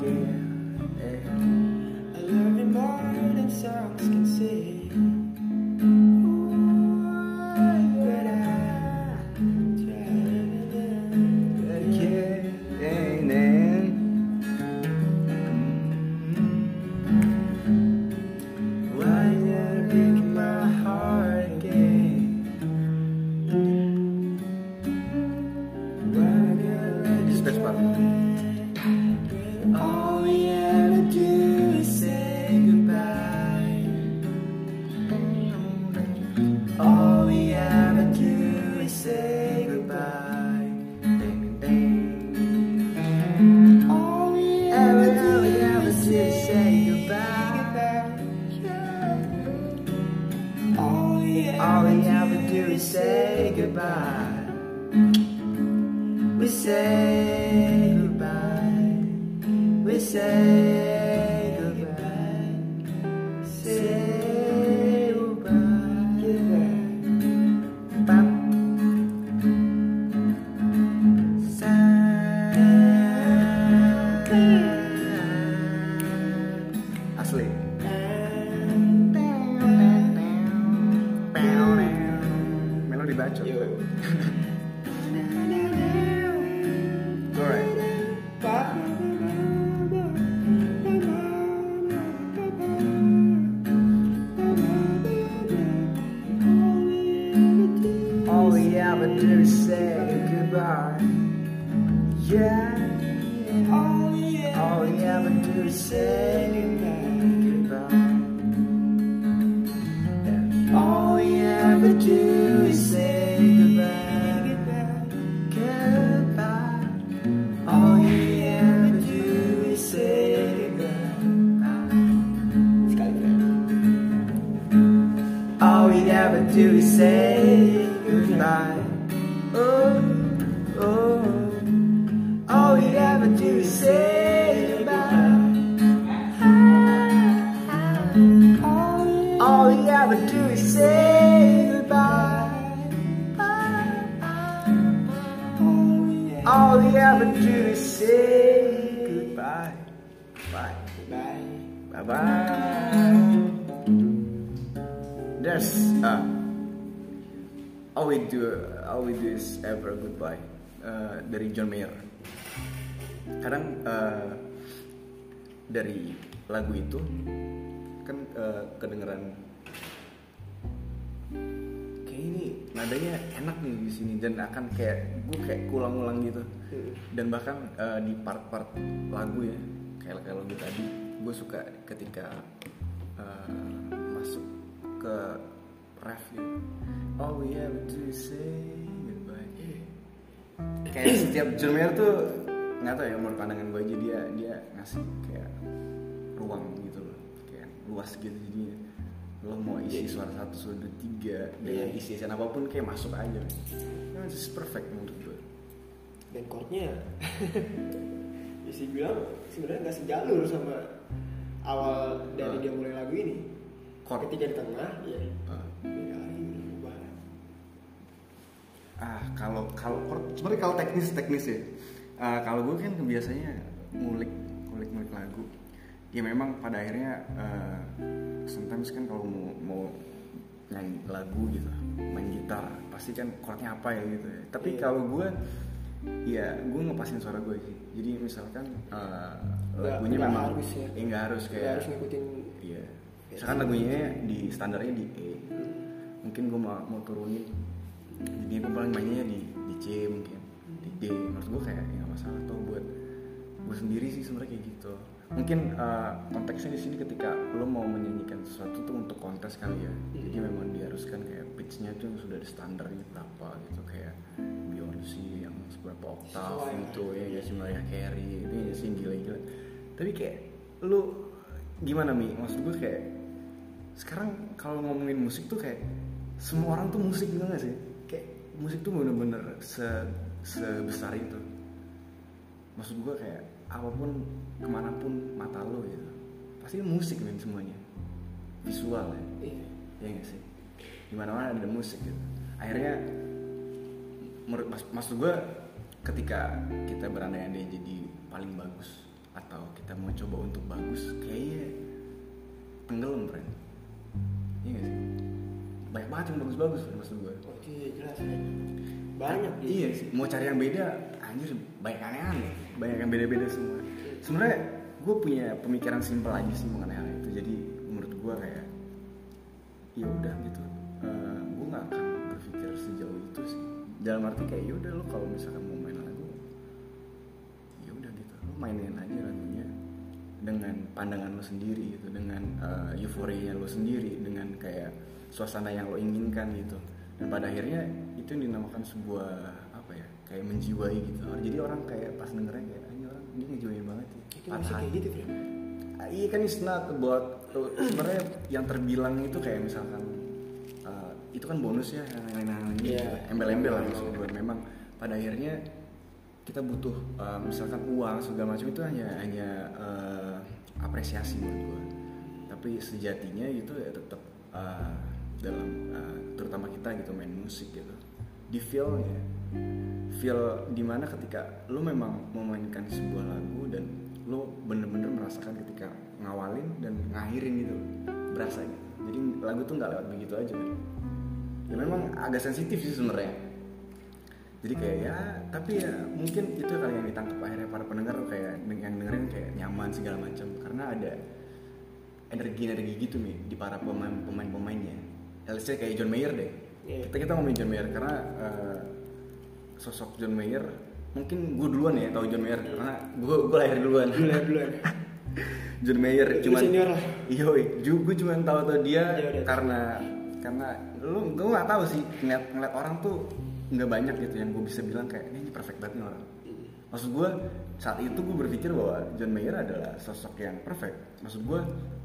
I love you more than songs can say. All we ever do is say goodbye. All we ever do is say goodbye. Ding, ding. All we ever do is say goodbye. All we ever do is say goodbye. We say goodbye. We say goodbye. Say goodbye. Bam. Asli. Melodi bacot. Alright. All we ever do is say goodbye. Yeah. All we ever do is say goodbye. Yeah. All we ever do is say goodbye. Goodbye. All we ever do is say goodbye. All we ever do is say goodbye. Oh, oh. All we ever do is say goodbye. All we ever do is say goodbye. All we ever do is say goodbye. Bye. Bye. Bye. Bye. There's all we do is ever goodbye. Dari John Mayer. Kadang dari lagu itu kan kedengeran kayak ini nadanya enak nih di sini dan akan kayak gue kayak ulang-ulang gitu. Dan bahkan di part-part lagu ya kayak lagu tadi gue suka ketika masuk ke ref gitu. All we ever do is say goodbye. Kayak setiap John Mayer tuh nggak tahu ya, menurut pandangan gue aja dia ngasih kayak ruang gitu loh, kayak luas gitu, jadi lo mau isi suara 1, suara 2, 3 dengan isian apapun kayak masuk aja. It's perfect menurut gue. Dan chordnya bisa bilang sebenarnya nggak sejalur sama awal dari dia mulai lagu ini. Chord ketika di tengah ya beda lagi berubah. Kalau chord sebenarnya kalau teknis ya. Kalau gue kan biasanya ngulik lagu. Ya memang pada akhirnya sometimes kan kalau mau nyanyi lagu gitu, main gitar, pasti kan chordnya apa ya gitu ya. Tapi kalau gue ngepasin suara gue sih. Jadi misalkan lagunya memang harus ya. Nggak harus kayak harus ngikutin. Iya. Misalkan lagunya di standarnya di E. Mungkin gue mau turunin. Jadi gue paling mainnya di C mungkin. Di D, menurut gue kayak nggak masalah tuh buat gue sendiri sih sebenarnya kayak gitu. Mungkin konteksnya di sini ketika lo mau menyanyikan sesuatu tuh untuk kontes kali ya. Jadi memang diharuskan kayak pitch-nya tuh sudah di standarnya berapa gitu, kayak Beyonce yang seberapa oktav gitu ya sih, Mariah Carey itu ya sih gila-gila. Tapi kayak lo gimana Mi? Maksud gue kayak sekarang kalau ngomongin musik tuh kayak semua orang tuh musik gitu nggak sih? Kayak musik tuh bener-bener sebesar itu. Maksud gue kayak apapun kemanapun mata lo gitu pasti musik men, semuanya visual ya. Ya nggak sih, dimana-mana ada musik gitu. Akhirnya maksud gue ketika kita berandai-andai jadi paling bagus atau kita mau coba untuk bagus, kayaknya tenggelam friend. Iya gak sih? Banyak banget yang bagus-bagus maksud gue. Oh iya jelas kan. Banyak gitu. Iya sih, mau cari yang beda, anjir banyak aneh-aneh, banyak yang beda-beda semua. Sebenarnya gue punya pemikiran simpel aja sih mengenai hal itu. Jadi menurut gue kayak ya udah gitu, gue nggak akan berpikir sejauh itu sih. Dalam arti kayak ya udah lo kalau misalkan mau main lagu, ya udah gitu, lo mainin aja lagunya dengan pandangan lo sendiri gitu, dengan euforia lo sendiri, dengan kayak suasana yang lo inginkan gitu. Dan pada akhirnya itu yang dinamakan sebuah apa ya, kayak menjiwai gitu. Jadi orang kayak pas dengernya kayak ini orang ini ngejiwain banget ya. Itu masih kayak gitu kan? Iya kan it's not about sebenarnya yang terbilang itu kayak misalkan itu kan bonus ya yang embel-embel lah maksud gue. Memang pada akhirnya kita butuh misalkan uang segala macam itu hanya apresiasi menurut gue. Tapi sejatinya itu ya tetap dalam terutama kita gitu main musik gitu, di feel dimana ketika lo memang memainkan sebuah lagu dan lo bener-bener merasakan ketika ngawalin dan ngakhirin gitu, berasa gitu. Jadi lagu tuh nggak lewat begitu aja kan. Ya memang agak sensitif sih sebenarnya. Jadi kayak ya, tapi ya mungkin itu kali yang ditangkap akhirnya para pendengar kayak yang dengerin kayak nyaman segala macam karena ada energi gitu nih di para pemainnya. Let's say kayak John Mayer deh. Kita ngomongin John Mayer karena sosok John Mayer mungkin gue duluan ya tahu John Mayer karena gue lahir duluan. John Mayer cuman gue cuma tahu dia karena lu gue nggak tahu sih ngeliat orang tuh nggak banyak gitu yang gue bisa bilang kayak ini perfect banget nih orang. Maksud gue saat itu gue berpikir bahwa John Mayer adalah sosok yang perfect. Maksud gue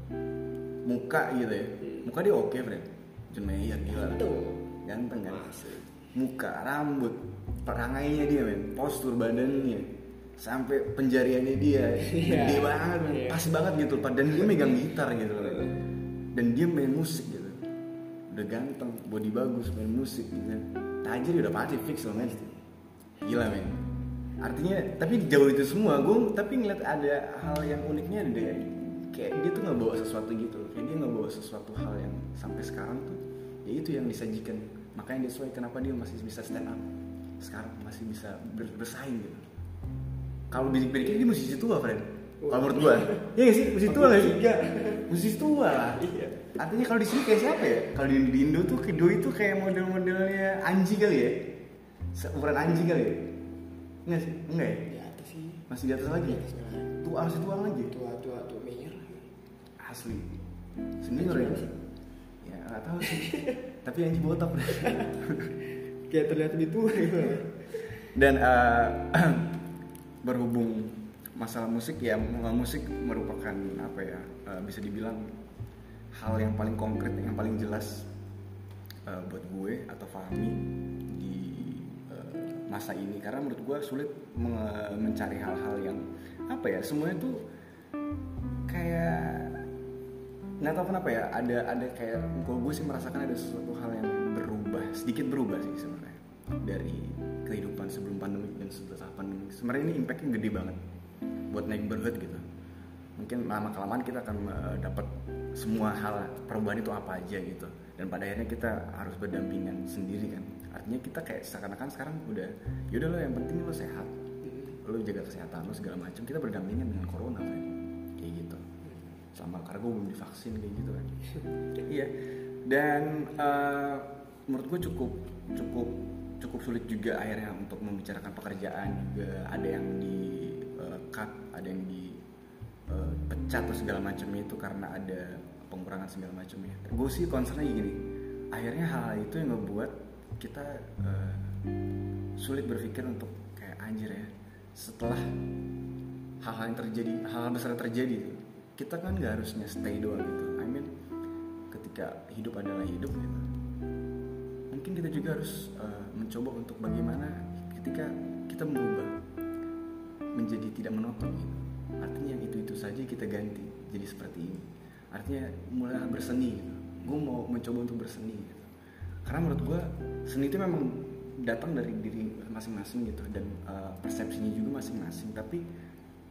muka gitu ya, muka dia oke friend. John Mayer gila, ganteng kan, muka, rambut, perangainya dia men, postur badannya, sampai penjariannya dia gede banget, pas banget gitu, dan dia megang gitar gitu, dan dia main musik gitu, udah ganteng, body bagus, main musik gitu, tajir udah pasti fix loh men, gila men. Artinya, tapi jauh itu semua, gue tapi ngeliat ada hal yang uniknya deh, kayak dia tuh nggak bawa sesuatu gitu, kayak dia nggak bawa sesuatu hal yang sampai sekarang tuh, ya itu yang disajikan, makanya dia kenapa dia masih bisa stand up, sekarang masih bisa bersaing gitu. Kalau bidik-bidiknya dia musisi tua friend, kalau menurut gue, ya nggak sih musisi tua nggak sih? Musisi tua lah. Artinya kalau di sini kayak siapa ya? Kalau di Indo tuh Kedo itu kayak model-modelnya Anji kali ya, seukuran Anji kali ya. Enggak sih? Enggak ya? Di atas sih. Masih di atas lagi? Masih tua lagi? Tua Mayer. Asli. Senior ya? Ya nggak tahu sih. Tapi Anji botak. Kayak terlihat lebih tua gitu. Dan berhubung masalah musik ya, musik merupakan apa ya? Bisa dibilang hal yang paling konkret, yang paling jelas buat gue atau Fahmi di masa ini, karena menurut gue sulit mencari hal-hal yang apa ya, semuanya tuh kayak nggak tahu kenapa ya, ada kayak gue sih merasakan ada sesuatu hal yang sedikit berubah sih sebenarnya dari kehidupan sebelum pandemi dan setelah pandemi. Sebenarnya ini impactnya gede banget buat neighborhood gitu. Mungkin lama-kelamaan kita akan dapat semua hal perubahan itu apa aja gitu, dan pada akhirnya kita harus berdampingan sendiri kan. Artinya kita kayak seakan-akan sekarang udah yaudah lo yang penting lo sehat, lo jaga kesehatan lo segala macam, kita berdampingan dengan corona kan, kayak gitu. Sama karena gue belum divaksin kayak gitu kan. Iya. Dan menurut gue cukup sulit juga akhirnya untuk membicarakan pekerjaan juga. Ada yang di cut, ada yang di pecat atau segala macamnya itu karena ada pengurangan segala macamnya. Gue sih concernnya gini, akhirnya hal itu yang ngebuat kita sulit berpikir untuk kayak anjir ya, setelah hal-hal yang terjadi, hal-hal besar yang terjadi, kita kan nggak harusnya stay doang gitu. I mean, ketika hidup adalah hidup gitu, mungkin kita juga harus mencoba untuk bagaimana ketika kita berubah menjadi tidak monoton gitu. Artinya yang itu saja kita ganti jadi seperti ini. Artinya mulai berseni gitu. Gue mau mencoba untuk berseni gitu. Karena menurut gue seni itu memang datang dari diri masing-masing gitu, dan persepsinya juga masing-masing. Tapi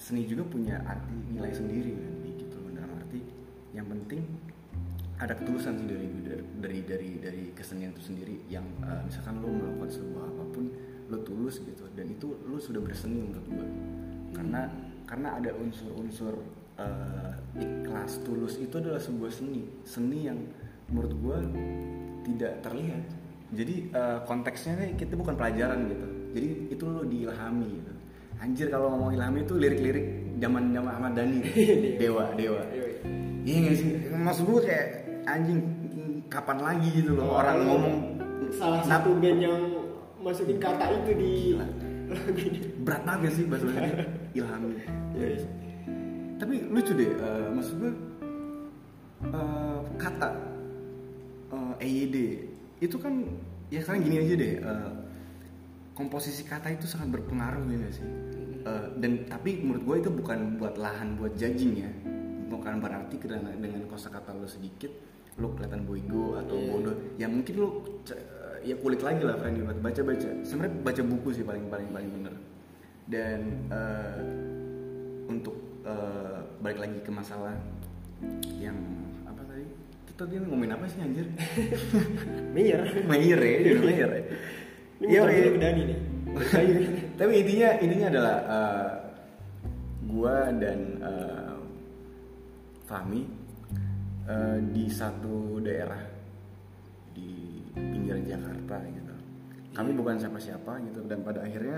seni juga punya arti nilai sendiri kan, gitu loh. Dalam arti yang penting ada ketulusan sih dari kesenian itu sendiri. Yang misalkan lo melakukan sebuah apapun lo tulus gitu, dan itu lo sudah berseni menurut gue. Karena ada unsur-unsur ikhlas, tulus itu adalah sebuah seni yang menurut gue tidak terlihat. Jadi konteksnya nih kita bukan pelajaran gitu, jadi itu lo diilhami gitu. Anjir, kalau ngomong ilhami itu lirik-lirik zaman Ahmad Dhani dewa iya nggak sih, maksud gue kayak anjing kapan lagi gitu loh orang ngomong salah satu band yang masukin kata itu di berat banget sih bahasanya ilhami. Yes. Tapi lucu deh, maksud gue kata EYD itu kan ya sekarang gini aja deh, komposisi kata itu sangat berpengaruh ya sih. Dan tapi menurut gue itu bukan buat lahan buat judging ya, bukan berarti dengan kosakata lo sedikit lo kelihatan boigo atau bodoh. Ya mungkin lo ya kulik lagi lah Frendy, baca sebenarnya baca buku sih paling bener. Dan untuk balik lagi ke masalah yang apa tadi kita ngomongin apa sih anjir? Meyer ya. Ini bukan Dani nih. Tapi intinya adalah gua dan Fahmi di satu daerah di pinggir Jakarta gitu. Kami bukan siapa-siapa gitu, dan pada akhirnya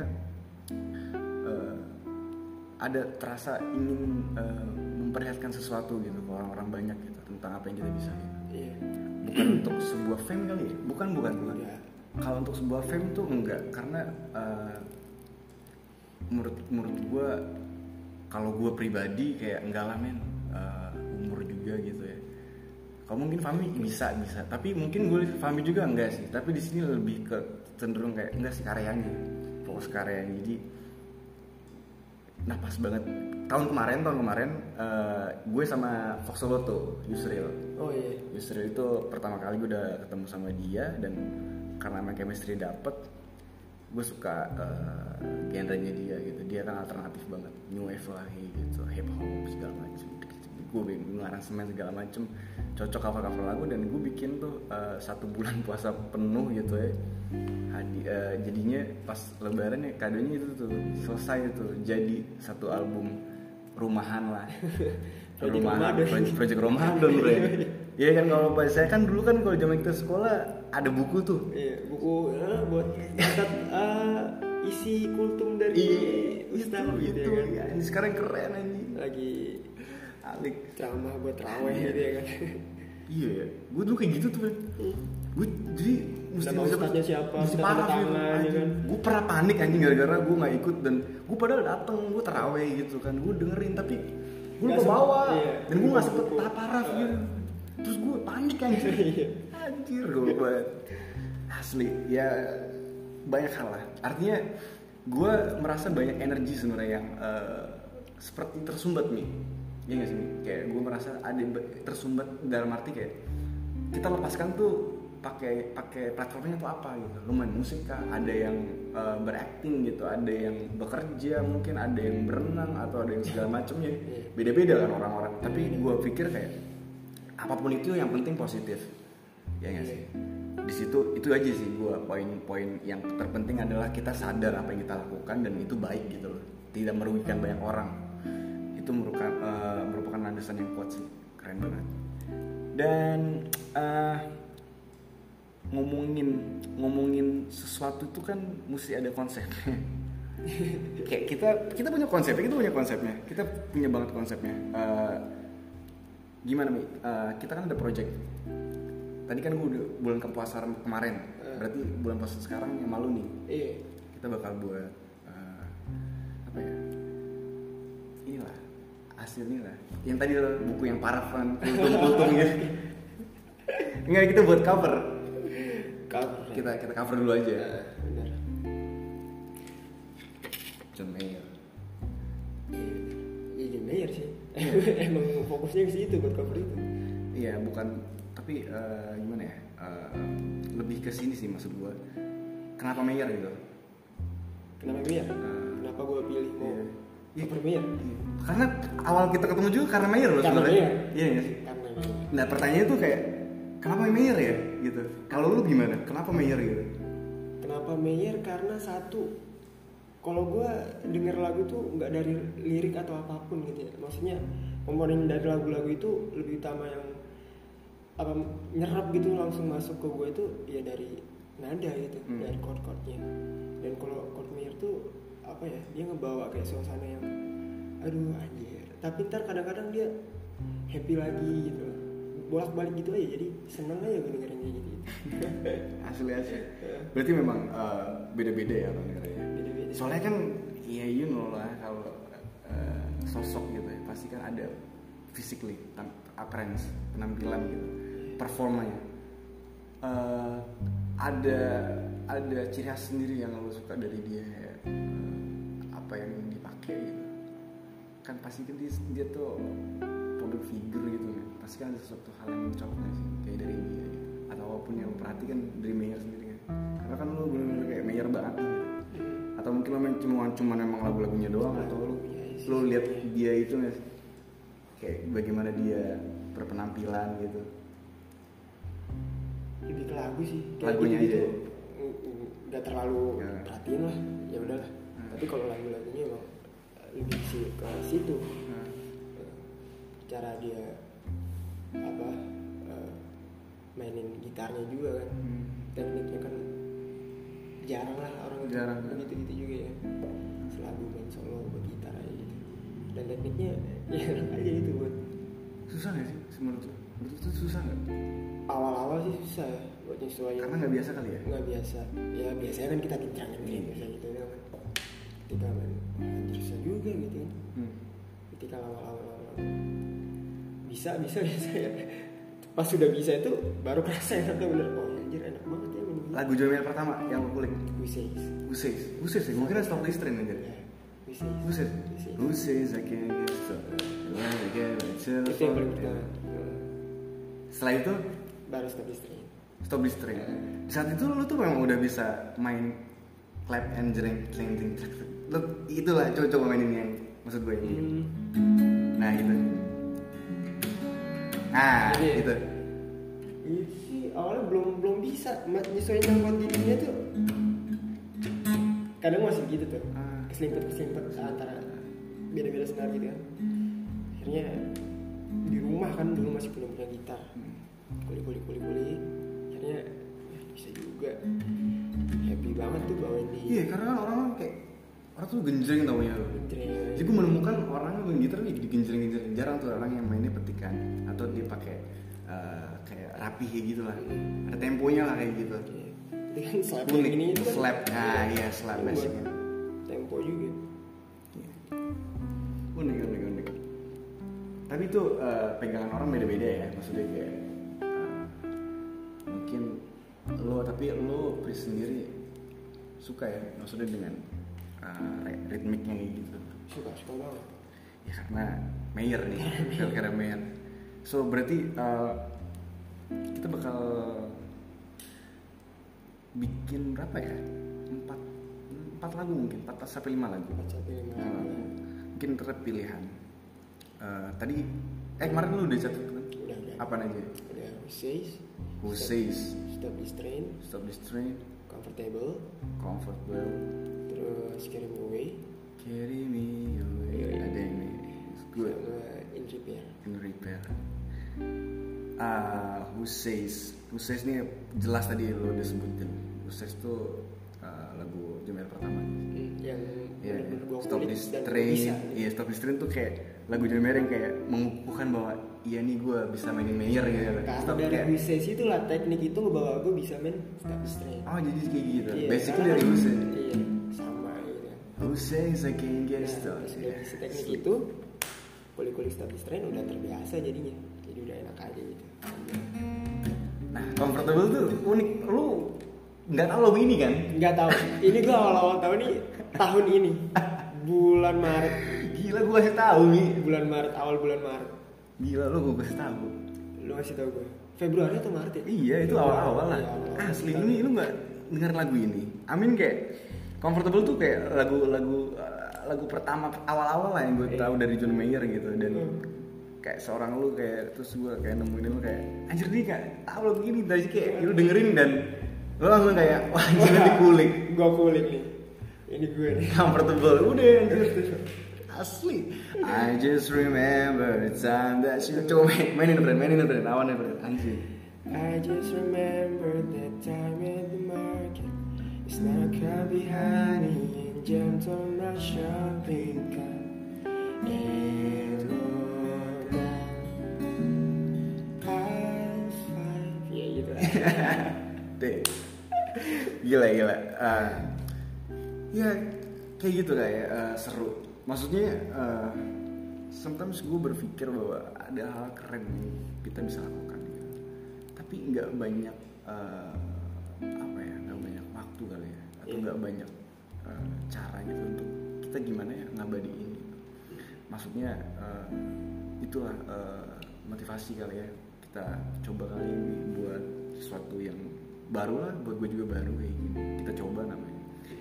ada terasa ingin memperlihatkan sesuatu gitu ke orang-orang banyak gitu tentang apa yang kita bisa gitu. Bukan untuk sebuah fame kali ya, bukan. Kalau untuk sebuah fame tuh enggak, karena menurut gue, kalau gue pribadi kayak enggak lah men, umur juga gitu ya. Kalau mungkin Fahmi bisa, tapi mungkin gue Fahmi juga enggak sih. Tapi di sini lebih ke cenderung kayak enggak sih karyanya, fokus karyanya. Jadi nah pas banget tahun kemarin gue sama Foxoloto Yusril. Oh iya. Yusril itu pertama kali gue udah ketemu sama dia, dan karena main chemistry dapet, gue suka genrenya dia gitu. Dia kan alternatif banget, new wave lah gitu, hip hop segala macam. Gue ngaransemen segala macam, cocok cover lagu, dan gue bikin tuh 1 bulan puasa penuh gitu ya. Jadinya pas lebaran ya kadonya itu tuh selesai tuh, jadi 1 album rumahan lah. Project Ramadan bro. Iya kan, kalau saya kan dulu kan kalau zaman kita sekolah ada buku tuh. Iya, buku buat catat isi kultum dari ustaz gitu ya kan. Ya, ini sekarang keren anjing. Lagi alik ceramah buat raweh gitu ya kan. Iya ya, gue dulu kayak gitu tuh kan. Gue jadi mesti siapa, mesti parah gitu kan. Gue pernah panik anjing gara-gara gue nggak ikut, dan gue padahal dateng, gue taraweh gitu kan, gue dengerin tapi gue lupa bawa, dan gue nggak sempet paraf gitu. Terus gue panik anjir gue asli ya, banyak hal lah. Artinya gue merasa banyak energi sebenarnya yang seperti tersumbat nih. Iya gak sih? Kayak gue merasa ada tersumbat dalam arti kayak kita lepaskan tuh pakai platformnya tuh apa gitu. Lu main musik kah? Ada yang berakting gitu, ada yang bekerja, mungkin ada yang berenang, atau ada yang segala macamnya. Beda-beda kan orang-orang. Tapi gue pikir kayak apapun itu yang penting positif. Ya gak sih? Di situ itu aja sih gue, poin-poin yang terpenting adalah kita sadar apa yang kita lakukan dan itu baik gitu loh. Tidak merugikan banyak orang. Itu merupakan landasan yang kuat sih, keren banget. Dan ngomongin sesuatu itu kan mesti ada konsepnya. Kayak kita punya konsepnya, kita punya banget konsepnya. Gimana Mi? Kita kan ada project. Tadi kan gue udah bulan kepuasan kemarin, berarti bulan puasa sekarang yang malu nih. Iya. Kita bakal buat apa ya? Inilah hasilnya lah. Yang tadi buku yang parafan, kultum gitu. Enggak, kita buat cover. Kita cover dulu aja. Benar. John Mayer. Iya John Mayer sih. Emang fokusnya ke situ buat cover itu. Iya, bukan, tapi gimana ya? Lebih ke sini sih maksud gua. Kenapa Mayer gitu? Kenapa Mayer? Kenapa gua pilih mau Upper Mayer. Karena awal kita ketemu juga karena Mayer loh sebenarnya. Iya ya. Nah pertanyaannya tuh kayak kenapa Mayer ya gitu. Kalau lu gimana? Kenapa Mayer gitu? Kenapa Mayer? Karena satu, kalau gue denger lagu tuh nggak dari lirik atau apapun gitu ya. Maksudnya komponen dari lagu-lagu itu lebih utama yang apa nyerap gitu langsung masuk ke gue itu ya dari nada gitu, dari chord-chordnya. Dan kalau chord Mayer tuh apa ya, dia ngebawa kayak suasana yang aduh anjir, tapi ntar kadang-kadang dia happy lagi gitu, bolak-balik gitu aja, jadi seneng aja gue dengerin kayak gitu. Asli. Berarti memang beda-beda ya orang dengernya. Beda-beda. Soalnya kan ya you know lah kalau sosok gitu ya pasti kan ada physically appearance, penampilan gitu, performanya. Ada ciri khas sendiri yang lo suka dari dia ya, apa yang dipakai gitu. Kan pasti kan dia tuh public figure gitu kan, pasti kan ada sesuatu hal yang mencoloknya sih kayak dari dia gitu. Atau apapun yang lo perhatikan dari Mayer sendiri kan, karena kan lo bener-bener kayak Mayer banget gitu. Atau mungkin lo cuma memang lagu-lagunya doang, atau lo lihat dia itu nggak sih, kayak bagaimana dia berpenampilan gitu. Lebih ke lagu sih, lagunya gitu nggak terlalu perhatiin lah, ya udahlah. Tapi kalau lagu-lagunya emang lebih sih ke situ. Cara dia apa mainin gitarnya juga kan, tekniknya kan jarang lah orang begitu juga ya, selalu main solo buat gitar aja gitu. Dan tekniknya ya enak aja itu buat. Susah nggak sih menurut tuh susah nggak? Awal-awal sih susah ya buat nyesuaiin. Karena nggak biasa kali ya? Nggak biasa. Ya biasanya kan kita kencangin biasa gitu kan. Ketika main susah juga gitu kan. Ketika awal-awal bisa ya. Pas sudah bisa itu baru kerasa ya, bener. Oh anjir enak banget ya bener. Lagu Jomier pertama yang lo kulik? Who says sih? Gue kira Stop This Train aja. Who says I can't get stop. Itu yang paling pertama. Setelah itu baru Stop This Train. Di saat itu lu tuh memang udah bisa main clap and jreng. Lu itulah coba mainin yang maksud gue ini. Nah gitu. Gitu. Itu sih awalnya belum bisa nyesuaiin jangkauan dirinya tuh. Kadang masih gitu tuh. Keselimpet antara beda-beda senar gitu kan. Akhirnya di rumah kan dulu masih punya gitar. Kuli. Akhirnya bisa juga. Happy banget tuh bawain di. Iya, karena kan orang kayak orang tuh genjreng taunya. Jadi gue menemukan orang yang main gitar di genjreng. Jarang tuh orang yang mainnya petikan atau dia pakai kayak rapi kayak gitu lah. Ada temponya lah kayak gitu. Itu kan slap unik, ini itu slap. Kan, iya slap basicnya. Tempo juga. Unik. Tapi itu pegangan orang beda-beda ya, maksudnya kayak mungkin lo Pris sendiri suka ya, maksudnya dengan ritmiknya gitu. Suka banget. Ya karena Mayer nih, karena Mayer. So berarti kita bakal bikin berapa ya? 4 lagu mungkin, 4 sampai 5 lagu. 4 sampai 5 lagu. Mungkin pilihan. Tadi kemarin lu udah catat kan? Udah. Apaan aja? Udah Who Says, Stop This Train, Comfortable, terus Carry Me Away, ada ini good, sama In Repair. Who Says nih jelas tadi lo udah sebutin. Who Says tuh lagu Jomier pertama. Yang Stop This Train. Iya, Stop This Train tuh kayak lagu Jomier yang kayak mengukuhkan bahwa iya nih gue bisa mainin Mayer gitu. Karena dari Who Says itulah teknik itu ngebawa gue bisa main Stop This Train. Oh jadi kayak gitu. Iya, basically dari Who Says. Iya, sama gitu. Who Says I Can't Get Stop. Sudah bisa teknik itu, kulik Stop This Train udah terbiasa jadinya. Jadi udah enak aja gitu. Nah, Comfortable tuh unik. Lu nggak tahu lagu ini kan? Nggak tahu. Ini gue awal-awal tahu nih tahun ini, bulan Maret. Gila, gue kasih tahu nih. Awal bulan Maret. Gila, lu gue kasih tahu. Lu kasih tahu gue. Februari atau Maret ya? Iya, itu awal-awal lah. Asli lu nggak dengar lagu ini. Amin kayak Comfortable tuh kayak lagu lagu pertama awal-awal lah yang gue tahu dari John Mayer gitu. Dan kayak seorang lu kayak terus gue kayak nemuin lu kayak anjir nih kayak tahu lagu ini dari kayak lu dengerin dan lu langsung kayak wah anjir dikulik. Gue kulik nih. Ini gue nih. Comfortable udah anjir. Asli. I just remember the time that you coba mainin friend lawannya friend anjir. I just remember that time at the market. It's not coffee, honey, and jam on my shopping cart. And on past five. Ya gitu lah. Gila. Ya kayak gitu kayak seru. Maksudnya sometimes gue berpikir bahwa ada hal keren yang kita bisa lakukan gitu. Tapi nggak banyak nggak banyak waktu kali ya atau nggak banyak cara gitu untuk kita gimana ya ngabadiin gitu. Maksudnya itulah motivasi kali ya, kita coba kali ini buat sesuatu yang baru lah, buat gue juga baru kayak gini, kita coba namanya.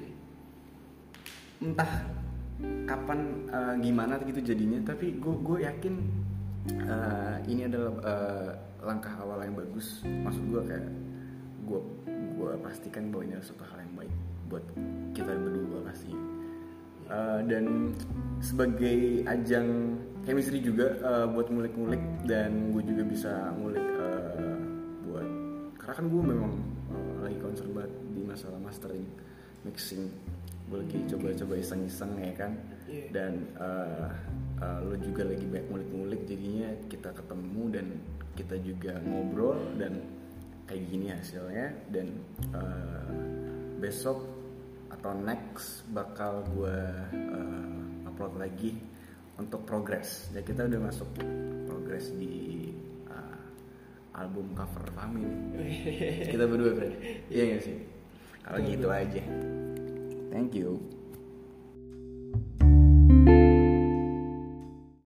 Entah kapan gimana gitu jadinya, tapi gue yakin ini adalah langkah awal yang bagus. Maksud gue kayak gue pastikan bahwa ini adalah suatu hal yang baik buat kita berdua pastinya. Dan sebagai ajang chemistry juga buat ngulik-ngulik, dan gue juga bisa ngulik buat, karena kan gue memang lagi concern banget di masalah mastering, mixing. Gue lagi coba-coba iseng-iseng ya kan. Dan lo juga lagi banyak ngulik-ngulik, jadinya kita ketemu dan kita juga ngobrol dan kayak gini hasilnya. Dan besok atau next bakal gue upload lagi untuk progress. Dan kita udah masuk progress di album cover Fahmi nih. Kita berdua friend. Iya gak sih? Kalau gitu aja. Thank you.